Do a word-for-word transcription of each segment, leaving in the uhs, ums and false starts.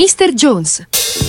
mister Jones.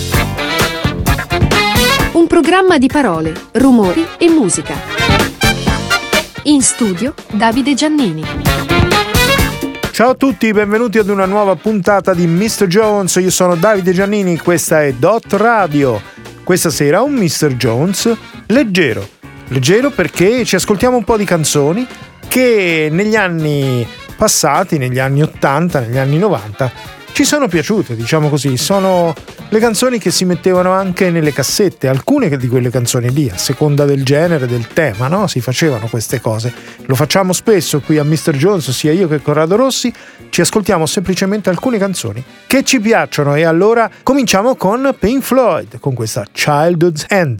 Un programma di parole, rumori e musica. In studio Davide Giannini. Ciao a tutti, benvenuti ad una nuova puntata di mister Jones. Io sono Davide Giannini, questa è Dot Radio. Questa sera un mister Jones leggero. Leggero perché ci ascoltiamo un po' di canzoni che negli anni passati, negli anni ottanta, negli anni novanta, ci sono piaciute, diciamo così. Sono le canzoni che si mettevano anche nelle cassette, alcune di quelle canzoni lì, a seconda del genere, del tema, no? Si facevano queste cose. Lo facciamo spesso qui a mister Jones, sia io che Corrado Rossi, ci ascoltiamo semplicemente alcune canzoni che ci piacciono. E allora cominciamo con Pink Floyd, con questa Childhood's End.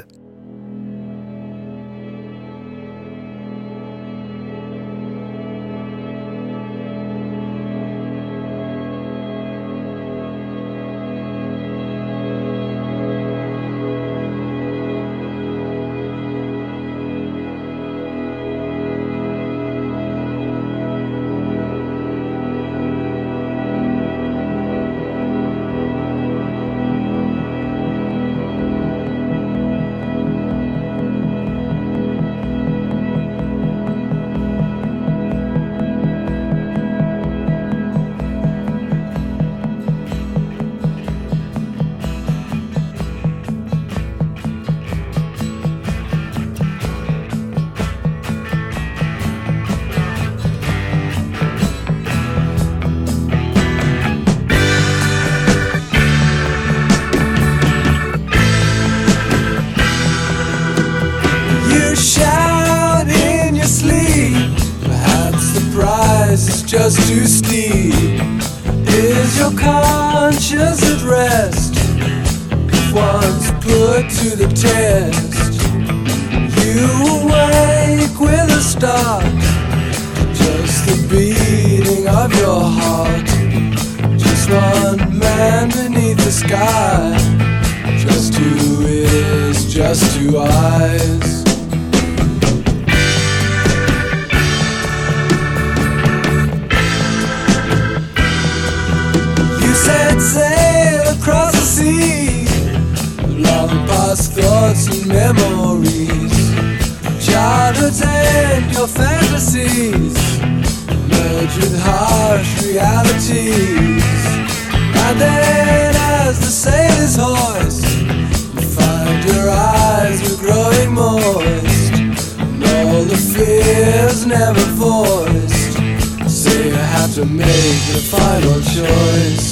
Just too steep. Is your conscience at rest? If once put to the test, you awake with a start. Just the beating of your heart. Just one man beneath the sky. Just two ears, just two eyes. Set sail across the sea, long past thoughts and memories. Childhood's end, your fantasies merge with harsh realities. And then as the sailors hoist, you find your eyes were growing moist, and all the fears never voiced. So you have to make the final choice.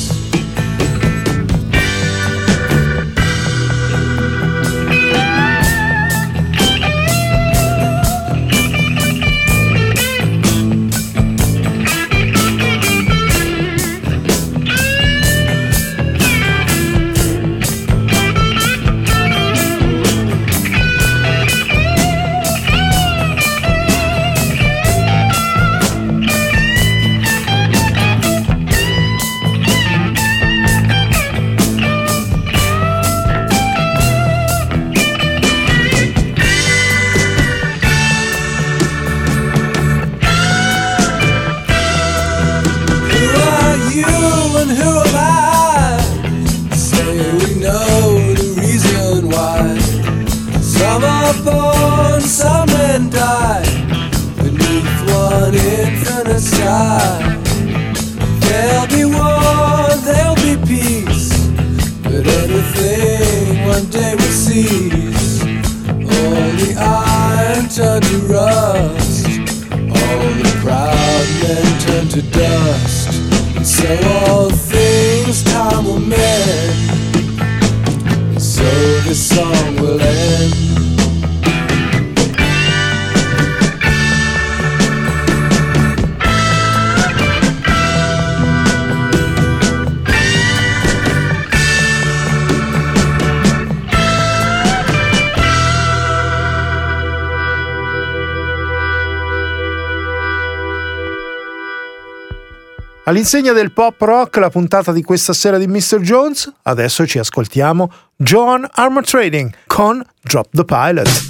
All'insegna del pop rock, la puntata di questa sera di mister Jones, adesso ci ascoltiamo John Armatrading con Drop the Pilot.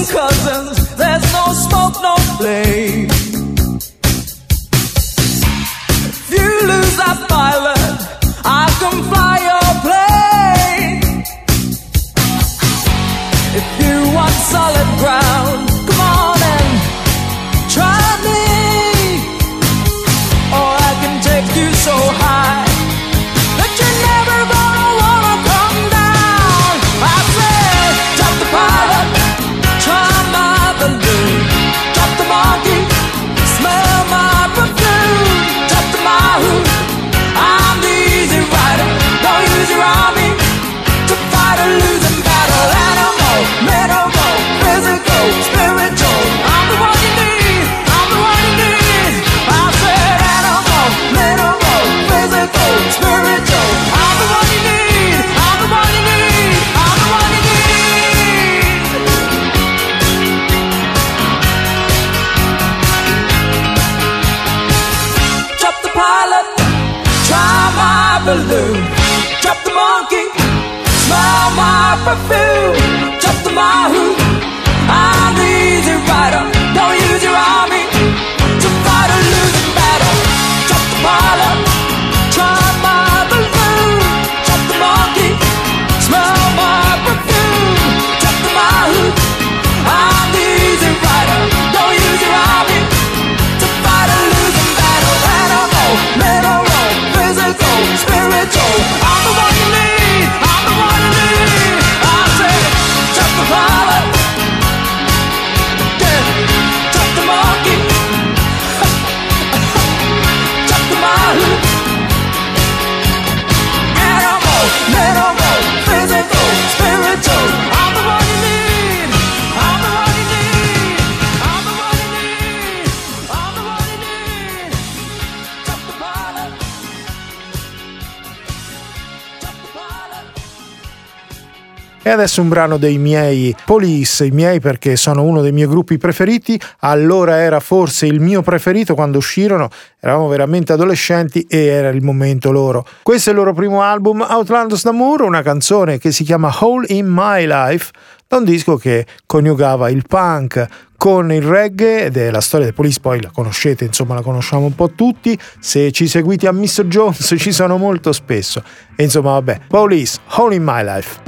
cousins, there's no smoke, no flame. If you lose that pilot, I can fly your plane. If you want solid ground, come on and try me. Or I can take you so high that you're never gonna wanna come down. I said, drop the pilot, try my balloon. Drop the monkey, smell my perfume. Drop the mahou, I'm the easy rider. Don't use your army to fight a losing battle. Animal, metaphor, physical, spiritual. I'm the one you need, I'm the one you need. I said animal, metaphor, physical, spiritual. I'm the one you need, I'm the one you need, I'm the one you need. Drop the pilot, try my balloon. Drop the monkey, smell my perfume. Drop the mahou, I'm the easy rider. Don't use your army to fight a losing battle. Drop the pilot, try my balloon. Drop the monkey, smell my perfume. Drop the mahou, I'm the easy rider. Don't use your army to fight a losing battle. Animal, mineral, physical, spiritual. I'm the one you need, I'm the one you need. I said, drop the pilot, yeah, drop the monkey, drop the mahou. Animal, mineral, physical, spiritual. I'm the one you need, I'm the one you need, I'm the one you need, I'm the one you need. Drop the pilot, drop the pilot. E adesso un brano dei miei Police, i miei perché sono uno dei miei gruppi preferiti, allora era forse il mio preferito quando uscirono, eravamo veramente adolescenti e era il momento loro. Questo è il loro primo album, Outlandos d'Amour, una canzone che si chiama Hole in My Life, da un disco che coniugava il punk con il reggae, ed è la storia dei Police, poi la conoscete, insomma la conosciamo un po' tutti, se ci seguite a mister Jones ci sono molto spesso, e insomma vabbè, Police, Hole in My Life.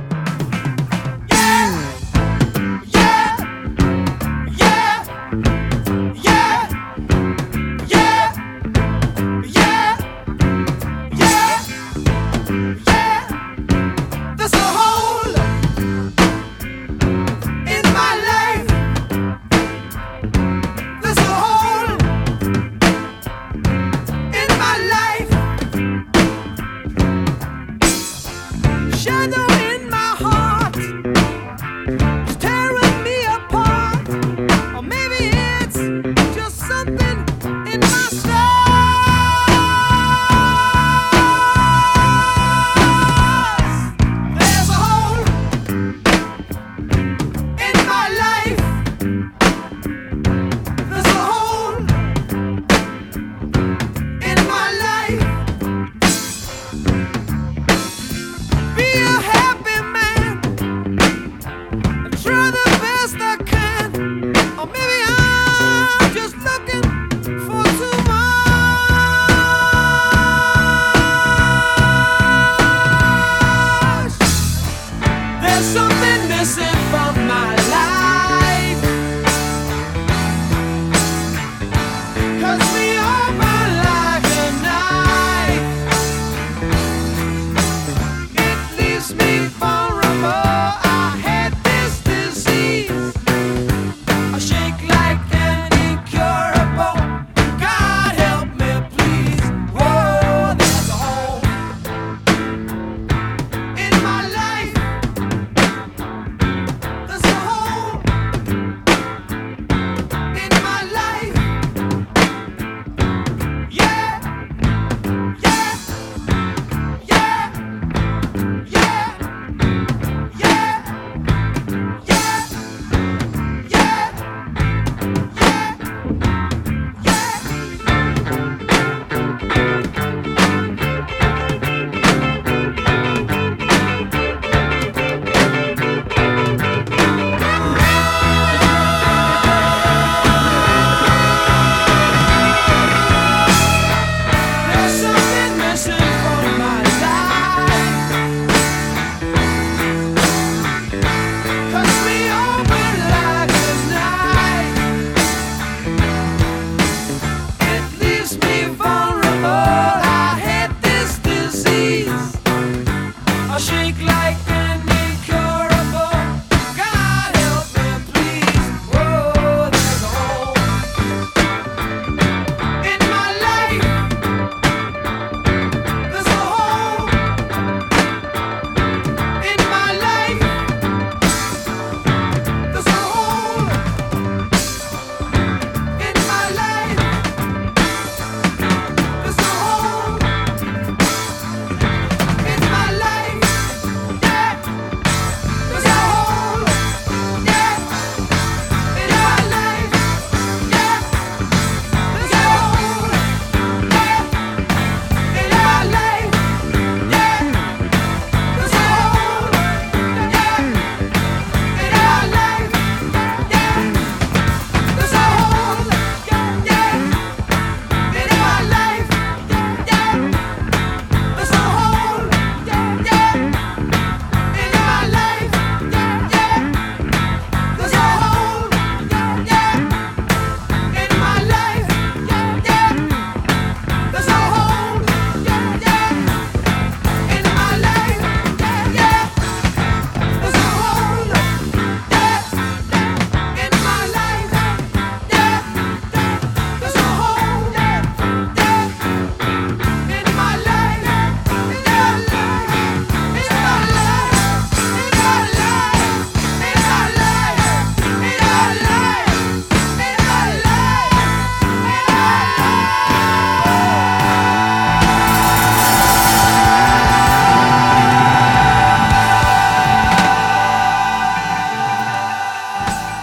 There's a hole in my life. There's a hole in my life. Shadow in my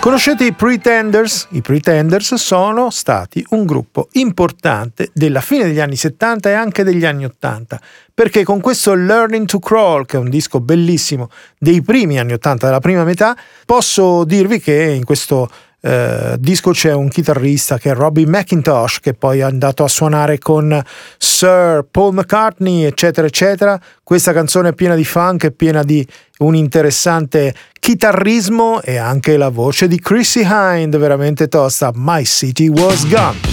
Conoscete i Pretenders? I Pretenders sono stati un gruppo importante della fine degli anni settanta e anche degli anni ottanta, perché con questo Learning to Crawl, che è un disco bellissimo dei primi anni ottanta, della prima metà, posso dirvi che in questo Uh, disco c'è un chitarrista che è Robbie McIntosh, che poi è andato a suonare con Sir Paul McCartney, eccetera eccetera. Questa canzone è piena di funk, è piena di un interessante chitarrismo e anche la voce di Chrissie Hynde veramente tosta. My City Was Gone.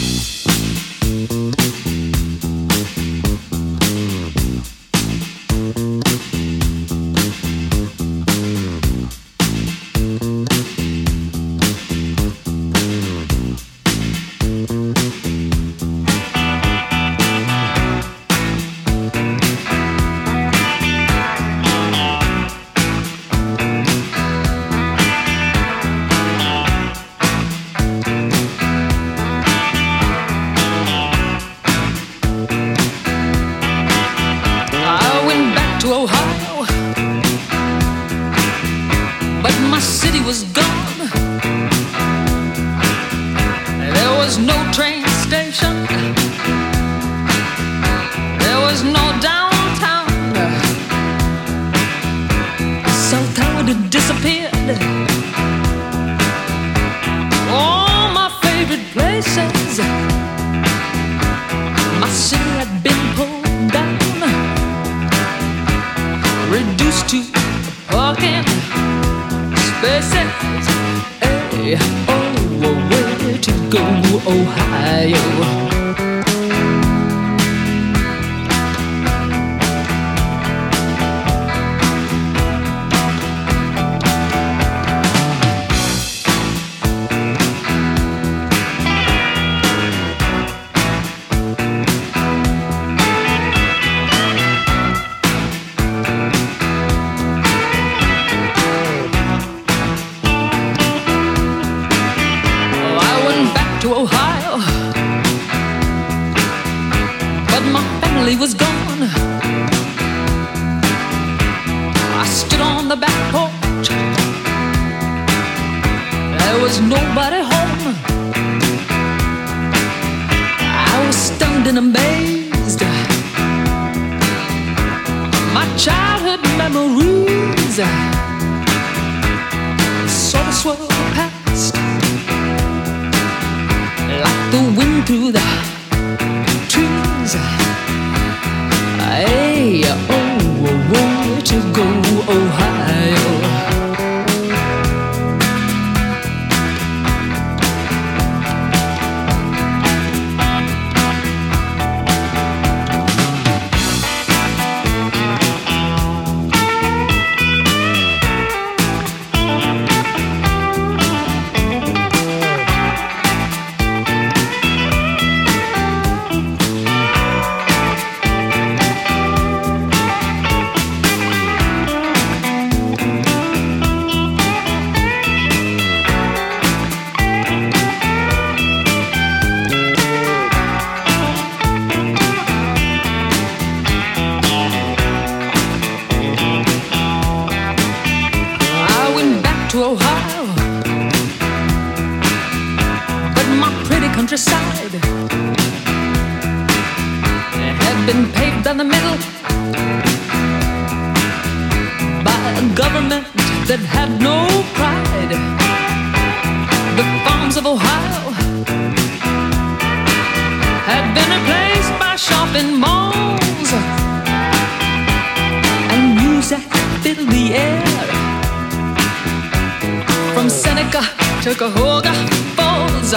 Cuyahoga Falls,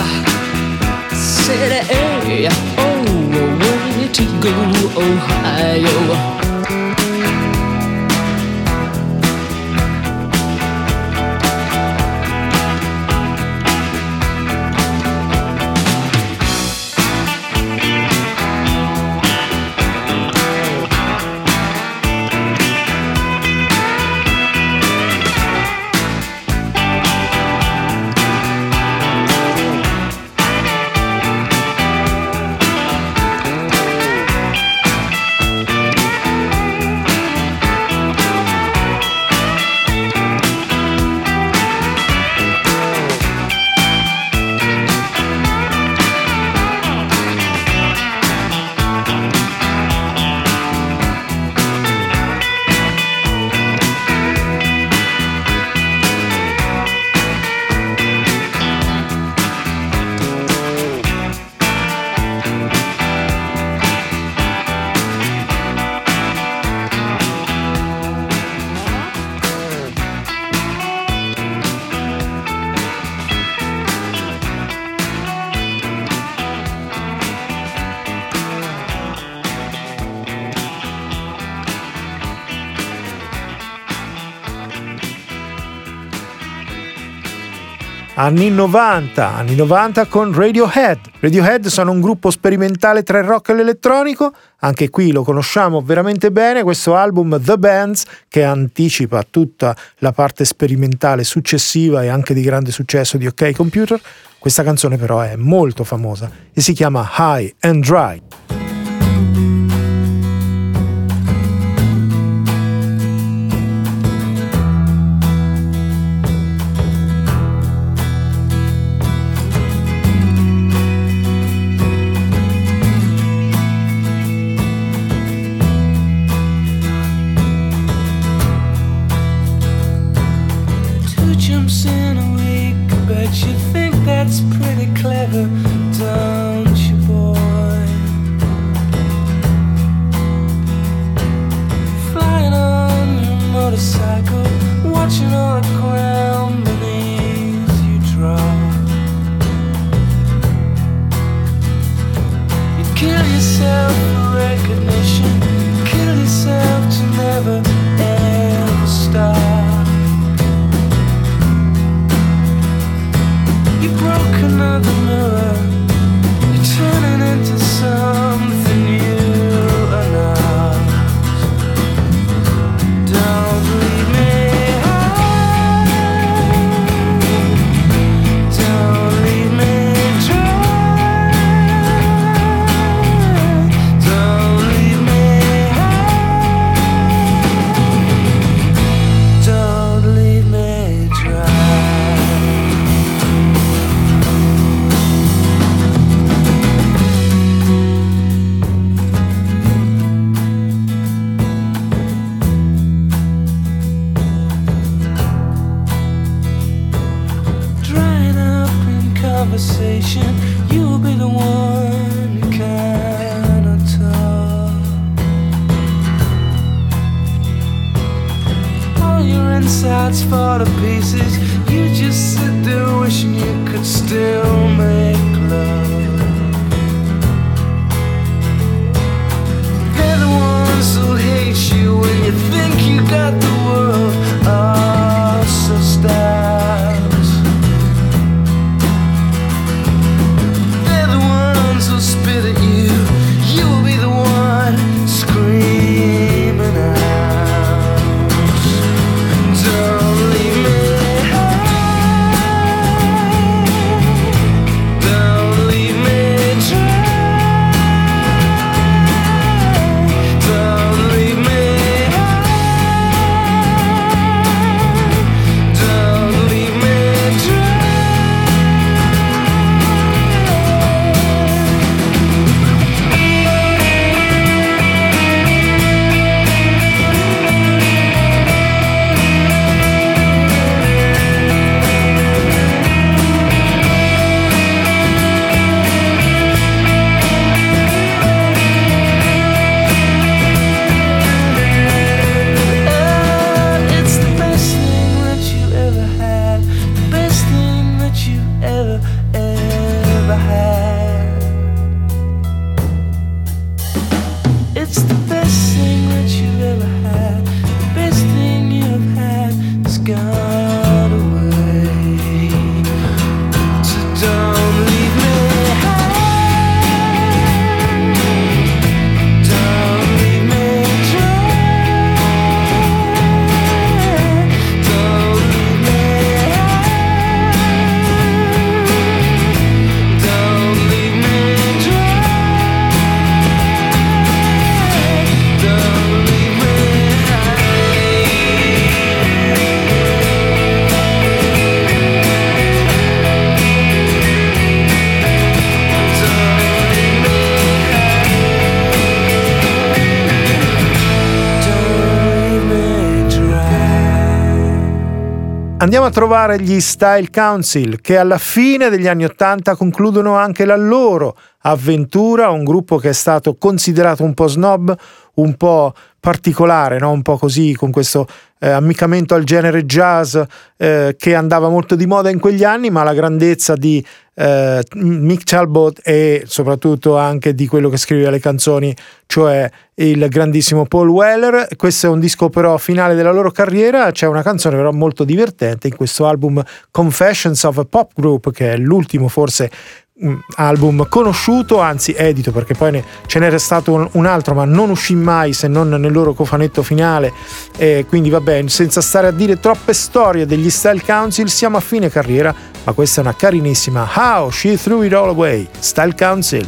said, hey, oh, where to go, Ohio. Anni novanta, anni novanta con Radiohead. Radiohead sono un gruppo sperimentale tra il rock e l'elettronico, anche qui lo conosciamo veramente bene, questo album The Bands che anticipa tutta la parte sperimentale successiva e anche di grande successo di OK Computer. Questa canzone però è molto famosa e si chiama High and Dry. You'll be the one who cannot talk. All your insides fall to pieces. You just sit there wishing you could still make love. They're the ones who hate you when you think you got the world. Oh, so styles. Spit at you, you'll be the one screaming out. Don't leave me high, don't leave me dry, don't leave me high, don't leave me dry. Andiamo a trovare gli Style Council, che alla fine degli anni Ottanta concludono anche la loro avventura, un gruppo che è stato considerato un po' snob, un po' particolare, no? Un po' così, con questo eh, ammiccamento al genere jazz eh, che andava molto di moda in quegli anni, ma la grandezza di eh, Mick Talbot e soprattutto anche di quello che scriveva le canzoni, cioè il grandissimo Paul Weller. Questo è un disco però finale della loro carriera. C'è una canzone però molto divertente in questo album Confessions of a Pop Group, che è l'ultimo forse album conosciuto, anzi edito, perché poi ne, ce n'era stato un, un altro ma non uscì mai se non nel loro cofanetto finale, e quindi vabbè, senza stare a dire troppe storie degli Style Council, siamo a fine carriera, ma questa è una carinissima How She Threw It All Away, Style Council.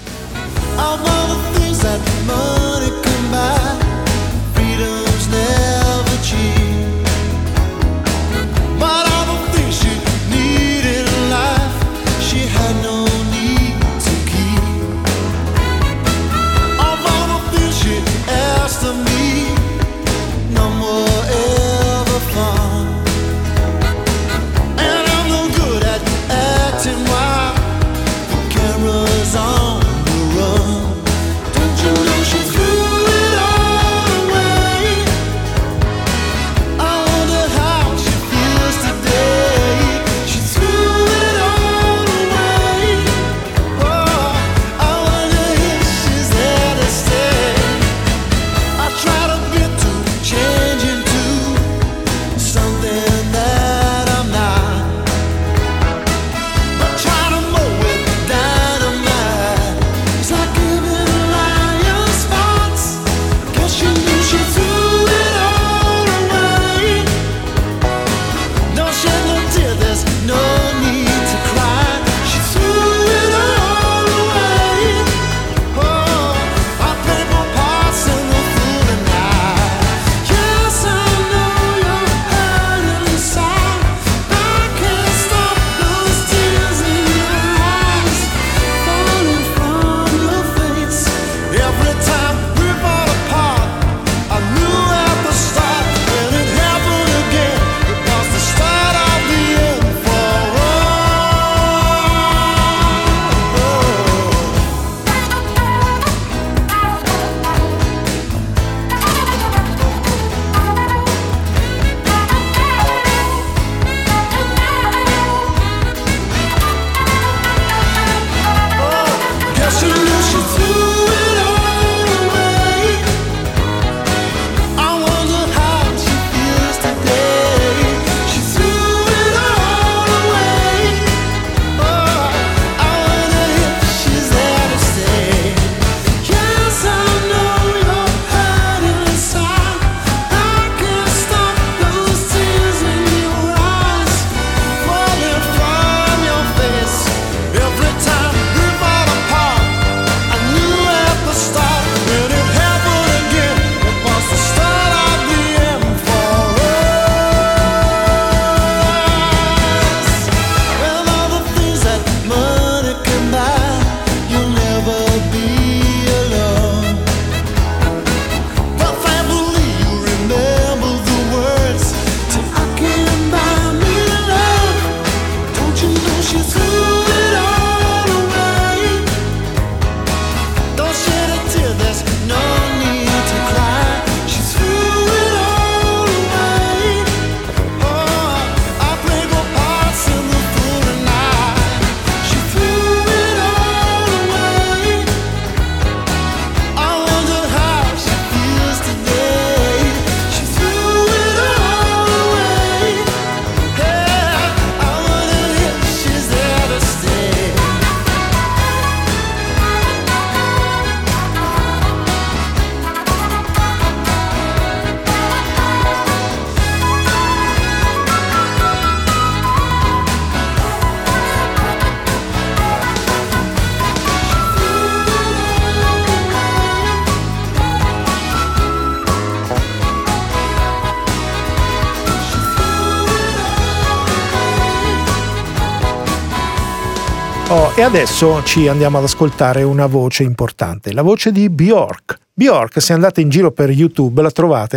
Oh, e adesso ci andiamo ad ascoltare una voce importante, la voce di Björk. Björk, se andate in giro per YouTube, la trovate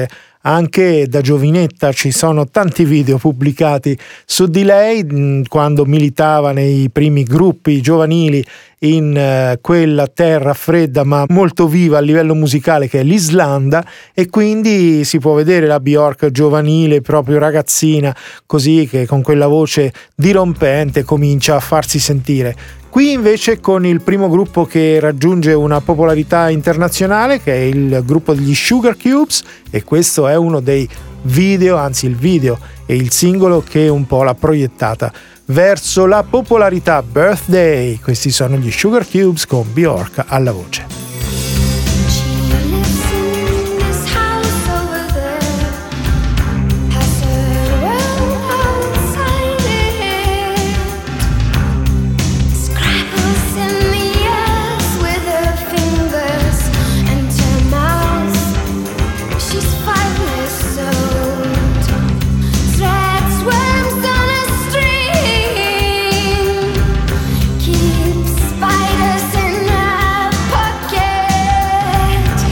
anche da giovinetta. Ci sono tanti video pubblicati su di lei quando militava nei primi gruppi giovanili in uh, quella terra fredda ma molto viva a livello musicale che è l'Islanda, e quindi si può vedere la Björk giovanile, proprio ragazzina, così che con quella voce dirompente comincia a farsi sentire. Qui invece con il primo gruppo che raggiunge una popolarità internazionale, che è il gruppo degli Sugar Cubes, e questo è uno dei video, anzi il video e il singolo che un po' l'ha proiettata verso la popolarità. Birthday. Questi sono gli Sugar Cubes con Björk alla voce. Spiders in her pocket.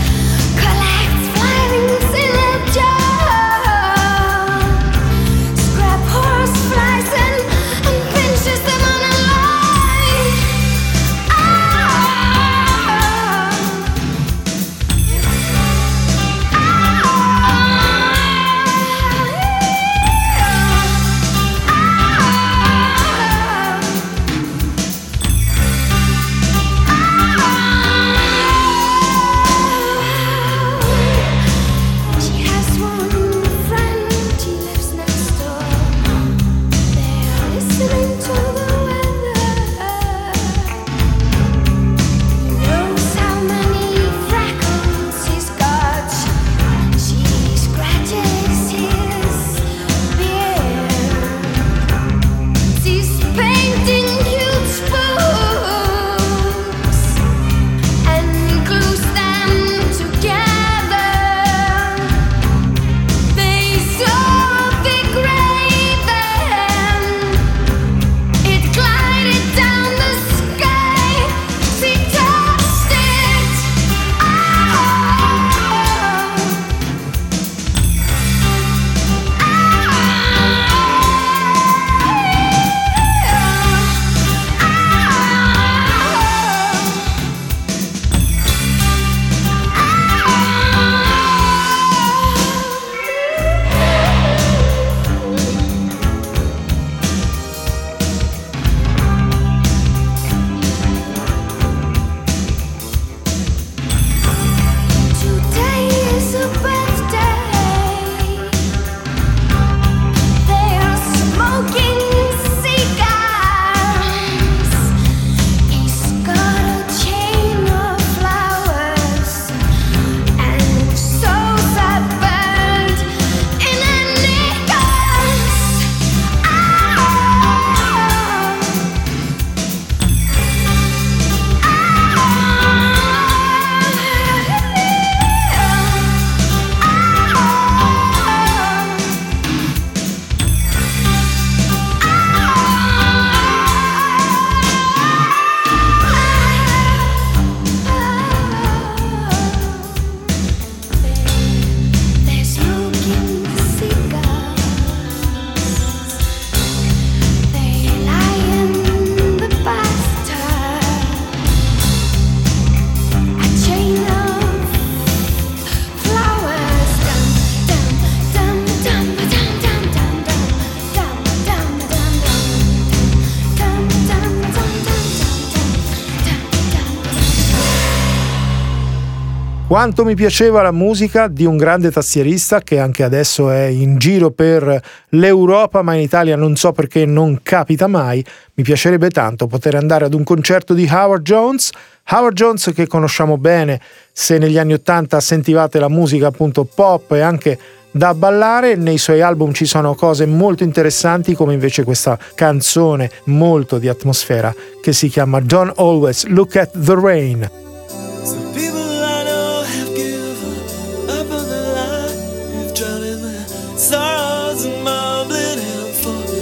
Quanto mi piaceva la musica di un grande tastierista che anche adesso è in giro per l'Europa, ma in Italia non so perché non capita mai. Mi piacerebbe tanto poter andare ad un concerto di Howard Jones. Howard Jones che conosciamo bene se negli anni Ottanta sentivate la musica appunto pop e anche da ballare. Nei suoi album ci sono cose molto interessanti, come invece questa canzone molto di atmosfera che si chiama Don't Always Look at the Rain. Some people I know have given up on their life, drowned in their sorrows and mumbling and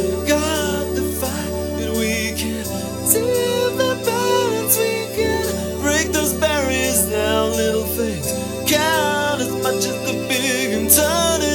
forgot the fight that we can save the balance, we can break those barriers down. Little things count as much as the big and turn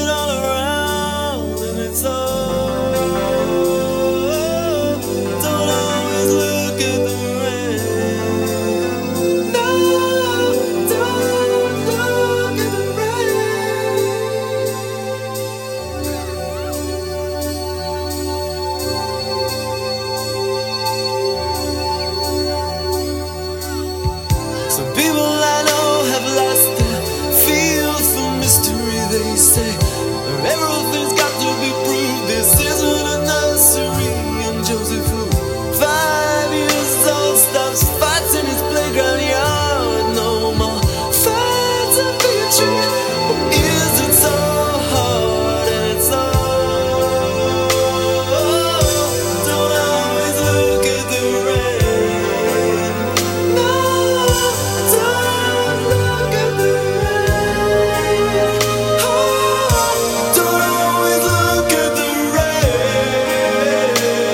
People I know have lost their feel for mystery. They say everything's got to be proved. This isn't a nursery. And Joseph, who five years old, stops fights in his playground yard. No more fights of bigotry. Or is it so hard? And it's so don't always look at the rain. No, don't look at the rain. Oh, don't always look at the rain.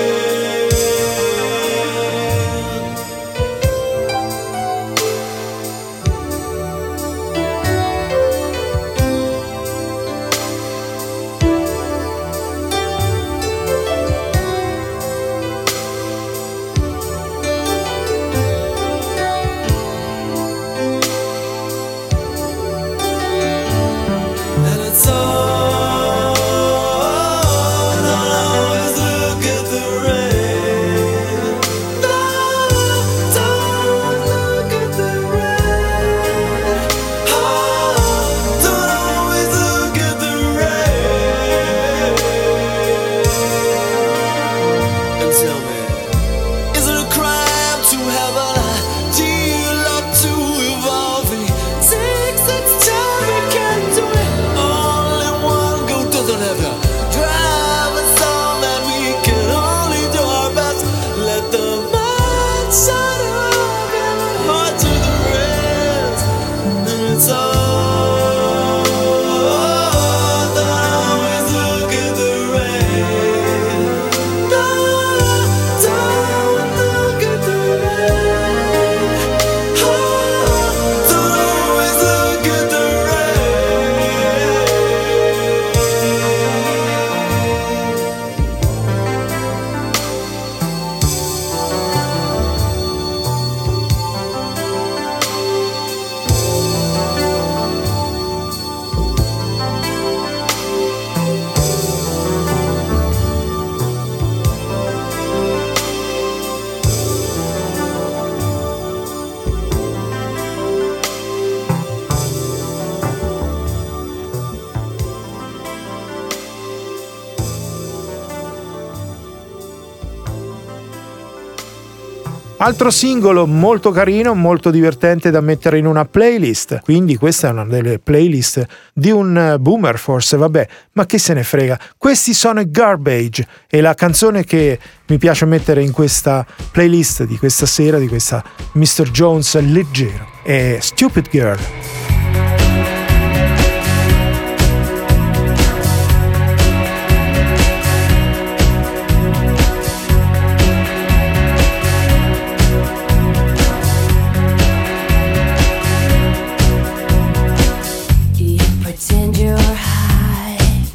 And it's all, don't always look at the rain. No, don't look at the rain. Oh, don't always look at the rain. And tell me, is it a crime to have an ideal or to evolve? It takes its time, we can't do it. Only one go doesn't have to drive us all, man. We can only do our best. Let the mind shine up and the heart to the rest. And it's all, don't always look at the rain. No, don't look at the rain. Oh, don't always look at the rain. Altro singolo molto carino, molto divertente da mettere in una playlist. Quindi questa è una delle playlist di un boomer, forse, vabbè, ma che se ne frega. Questi sono i Garbage e la canzone che mi piace mettere in questa playlist di questa sera, di questa mister Jones leggero, è Stupid Girl. You pretend you're high,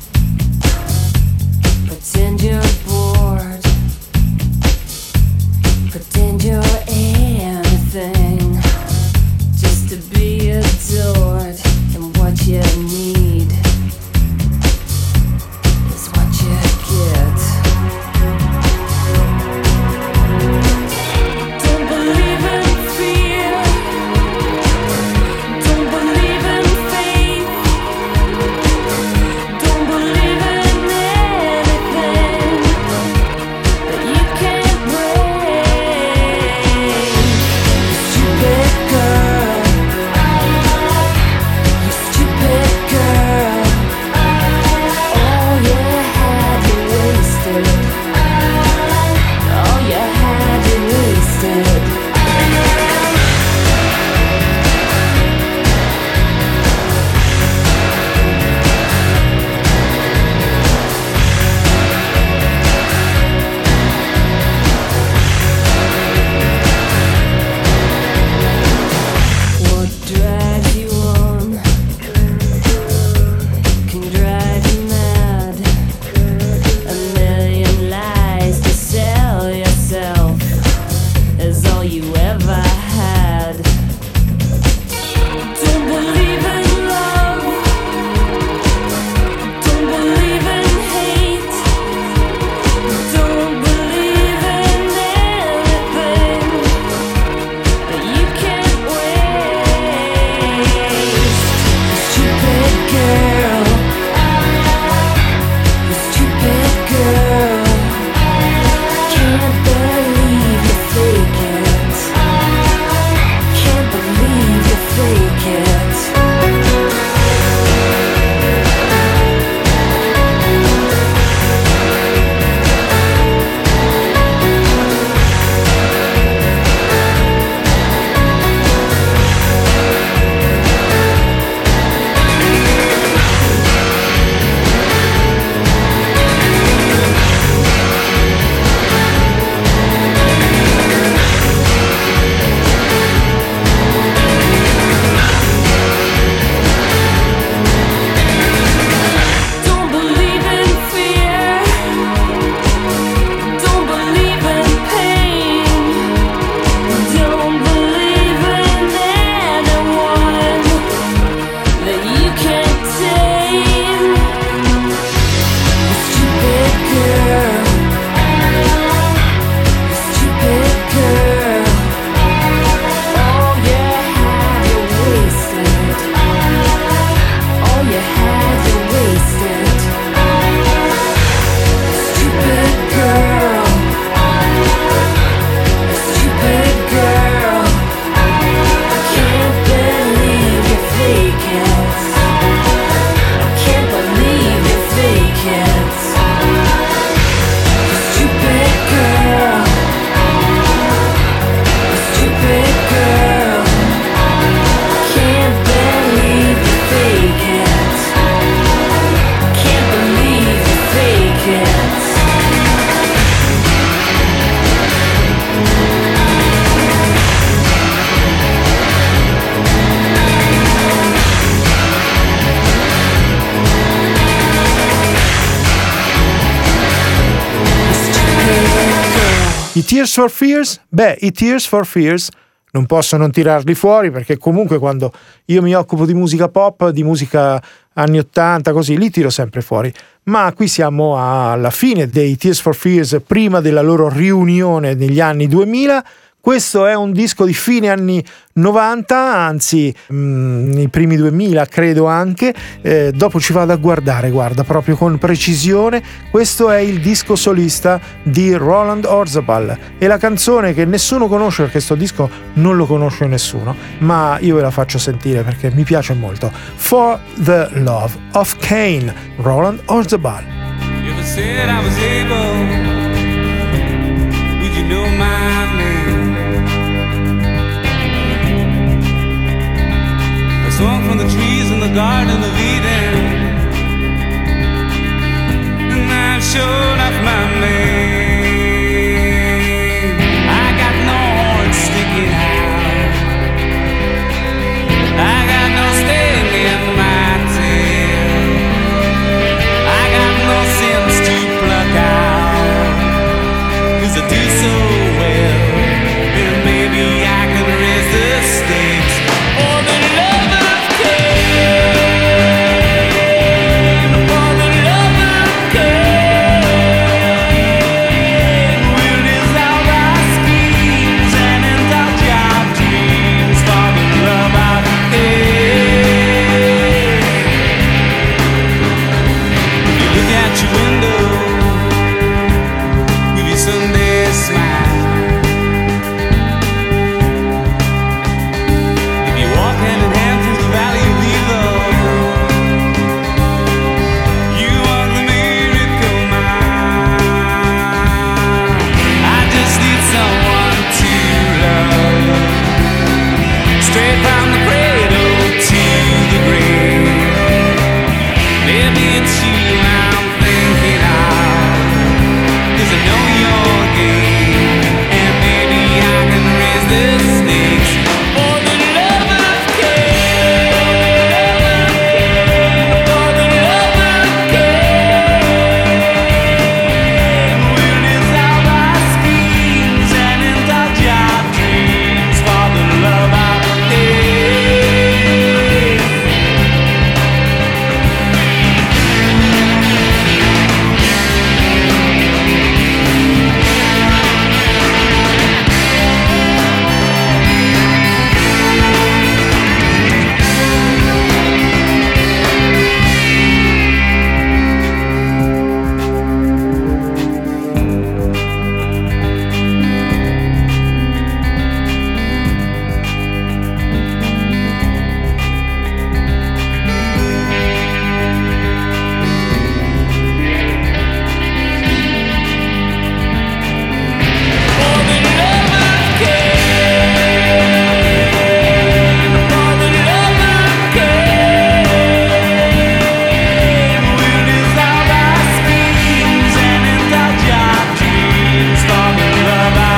pretend you're bored, pretend you're anything just to be adored. I Tears for Fears? Beh, i Tears for Fears non posso non tirarli fuori, perché comunque quando io mi occupo di musica pop, di musica anni ottanta, così, li tiro sempre fuori. Ma qui siamo alla fine dei Tears for Fears, prima della loro riunione negli anni duemila. Questo è un disco di fine anni novanta, anzi mh, i primi duemila credo anche, eh, dopo ci vado a guardare, guarda, proprio con precisione. Questo è il disco solista di Roland Orzabal e la canzone che nessuno conosce, perché questo disco non lo conosce nessuno, ma io ve la faccio sentire perché mi piace molto. For the Love of Cain, Roland Orzabal. If I said I was able, would you know my name? I swung from the trees in the Garden of Eden, and I showed off my mane. I got no horns sticking out, I got no sting in my tail, I got no sins to pluck out, 'cause I do so well, and maybe I can raise the stakes. For the love of Cain, for the love of Cain, we'll dissolve our schemes and indulge our dreams. For the love of Cain. If you look out your window with your Sunday smile, if you walk hand in hand through the valley of evil, you are the miracle mine. I just need someone to love, straight from the cradle to the grave. Maybe it's you I'm thinking of, 'cause I know your game, and maybe I can raise the stakes. For the love of Cain, for the love of Cain, we'll dissolve our schemes and indulge our dreams. For the love of Cain. For the love of Cain, for the love of Cain, we'll dissolve our schemes and indulge our dreams. For the love of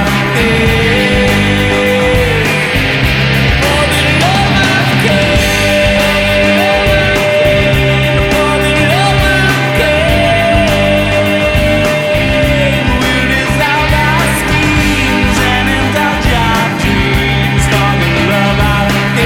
Cain, for the love of Cain, for the love of Cain, we'll dissolve our schemes and indulge our dreams. For the love of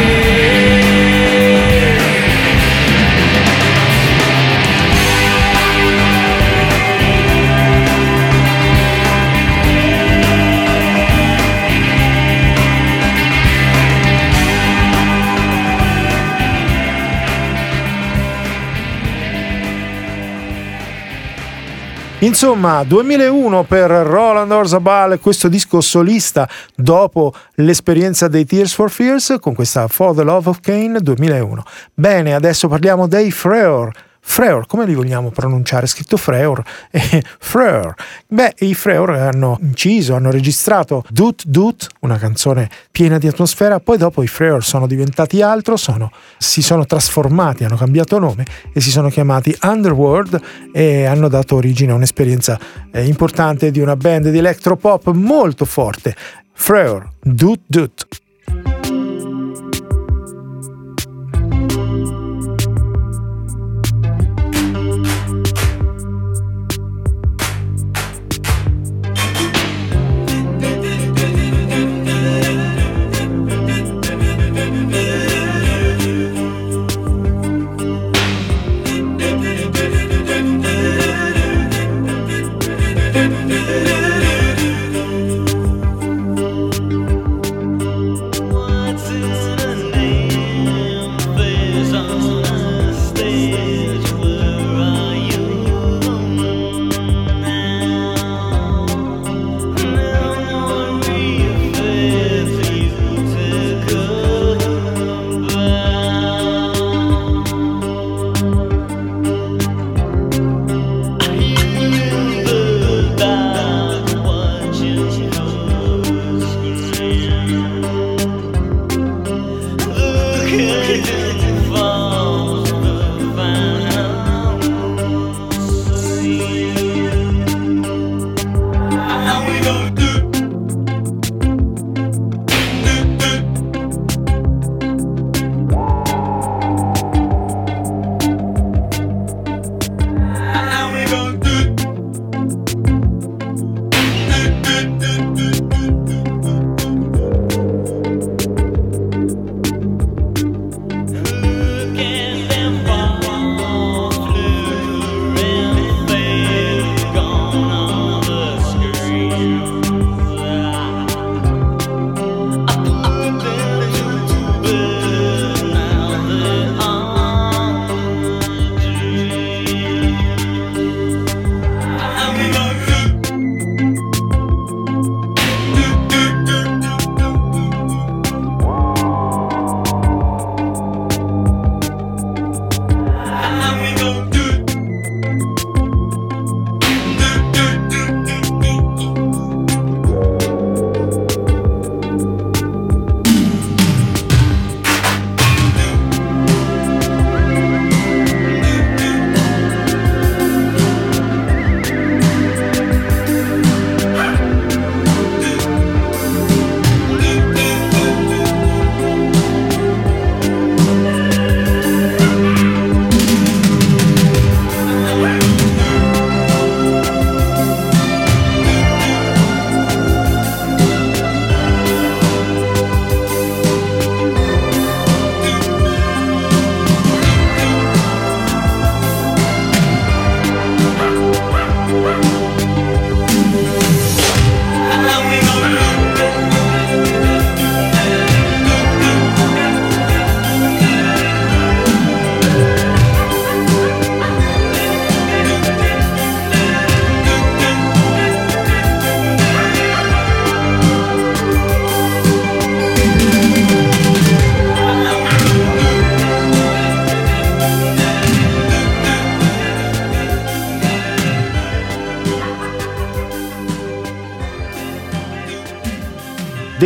Insomma, duemilauno per Roland Orzabal, questo disco solista dopo l'esperienza dei Tears for Fears con questa For the Love of Cain duemilauno. Bene, adesso parliamo dei Freur. Freur, come li vogliamo pronunciare? Scritto Freur e Freur. Beh, i Freur hanno inciso, hanno registrato Doot Doot, una canzone piena di atmosfera, poi dopo i Freur sono diventati altro, sono, si sono trasformati, hanno cambiato nome e si sono chiamati Underworld e hanno dato origine a un'esperienza eh, importante di una band di electropop molto forte. Freur, Doot Doot.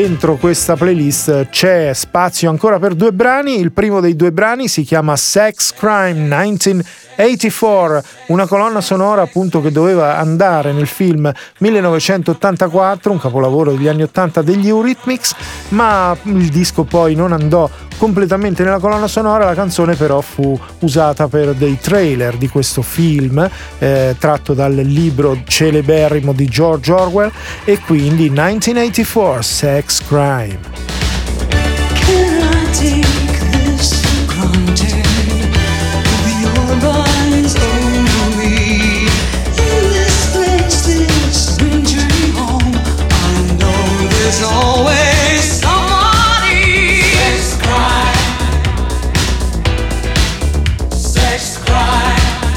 dentro questa playlist c'è spazio ancora per due brani. Il primo dei due brani si chiama Sex Crime millenovecentoottantaquattro, una colonna sonora appunto che doveva andare nel film millenovecentottantaquattro, un capolavoro degli anni ottanta degli Eurythmics, ma il disco poi non andò completamente nella colonna sonora. La canzone però fu usata per dei trailer di questo film eh, tratto dal libro celeberrimo di George Orwell, e quindi millenovecentoottantaquattro, Sex Crime. Can I take this for granted? With your eyes over me, in this place, this strange home, I know there's always somebody. Sex crime, sex crime.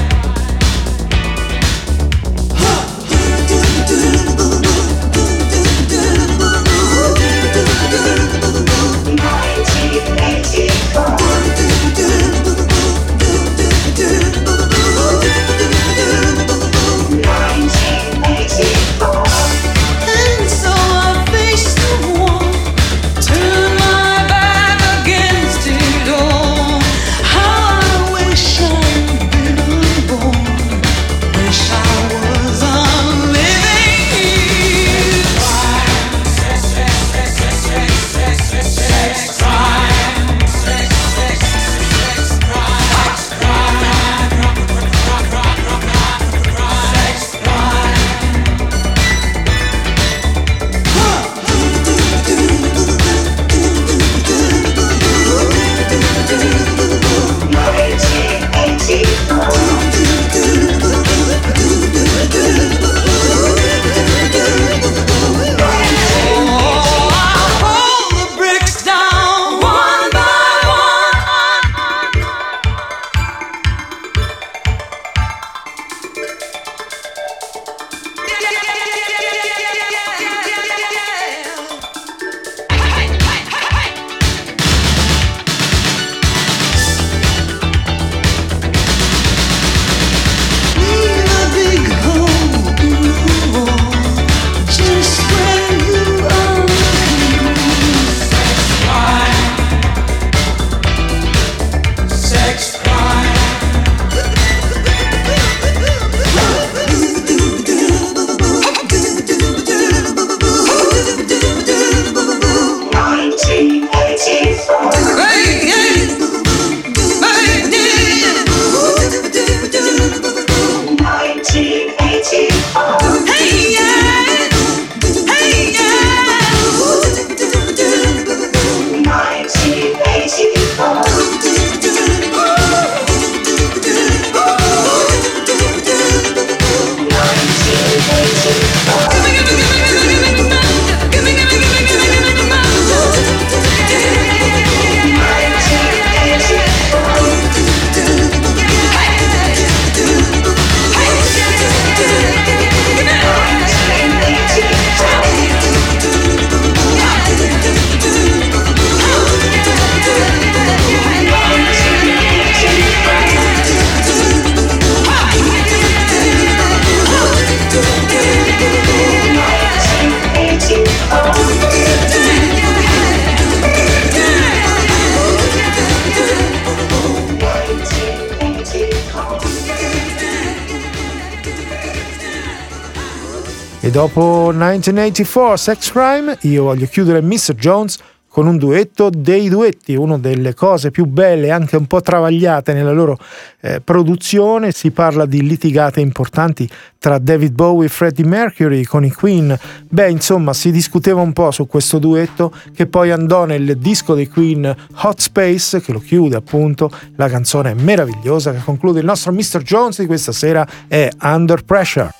E dopo millenovecentoottantaquattro, Sex Crime, io voglio chiudere mister Jones con un duetto dei duetti, una delle cose più belle e anche un po' travagliate nella loro eh, produzione. Si parla di litigate importanti tra David Bowie e Freddie Mercury con i Queen. Beh, insomma, si discuteva un po' su questo duetto che poi andò nel disco dei Queen Hot Space, che lo chiude appunto. La canzone meravigliosa che conclude il nostro mister Jones di questa sera è Under Pressure.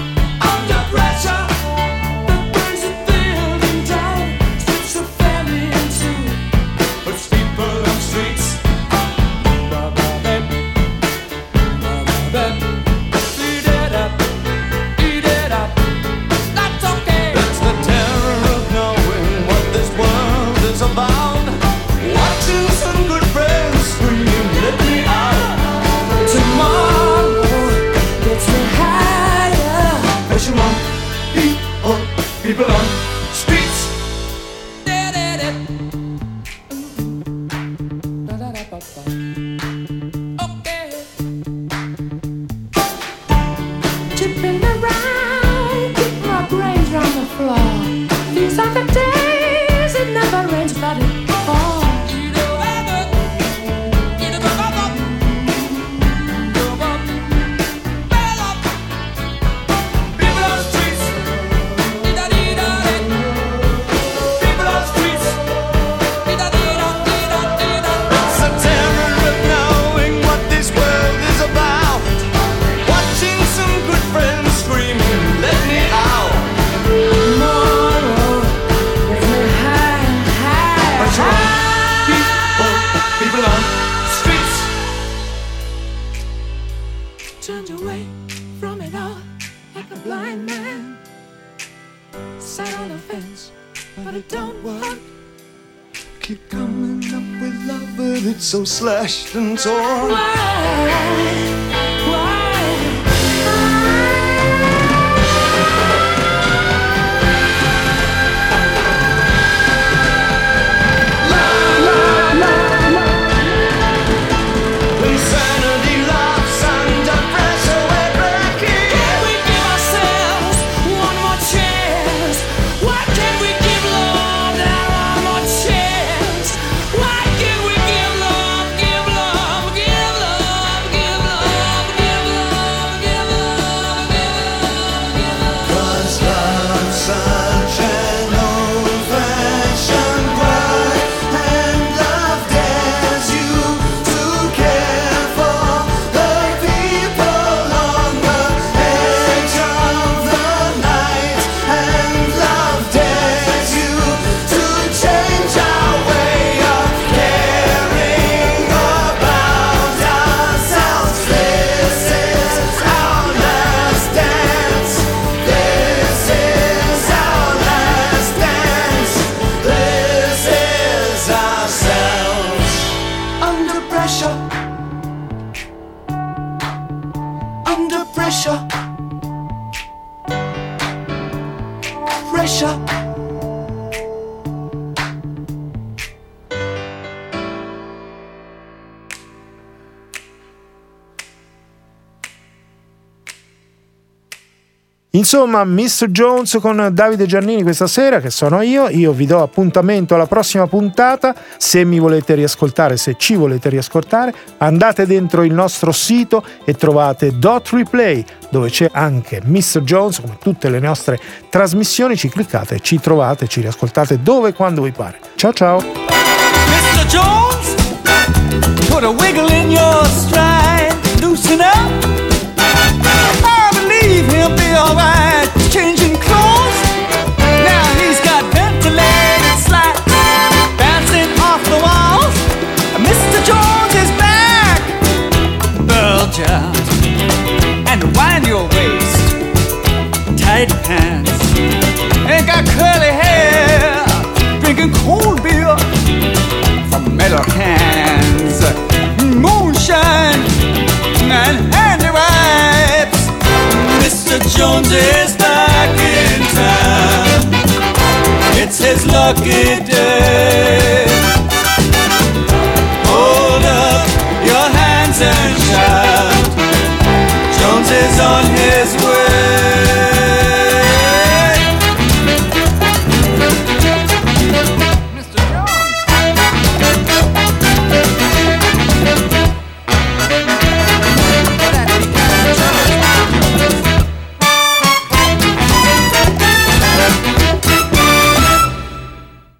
Family turned away from it all like a blind man. Sat on the fence, but it don't work. Keep coming up with love, but it's so slashed and torn. Why? Why? Insomma, mister Jones con Davide Giannini questa sera, che sono io. Io vi do appuntamento alla prossima puntata. Se mi volete riascoltare, se ci volete riascoltare, andate dentro il nostro sito e trovate Dot Replay, dove c'è anche mister Jones, come tutte le nostre trasmissioni. Ci cliccate, ci trovate, ci riascoltate dove e quando vi pare. Ciao ciao. mister Jones, put a wiggle in your stride, loosen up. He'll be alright, changing clothes. Now he's got ventilated slats bouncing off the walls. mister Jones is back. Bulge out and wind your waist. Tight pants. Ain't got curly hair. Drinking cold beer from metal cans. Moonshine and handy wipes. mister Jones is back in town. It's his lucky day.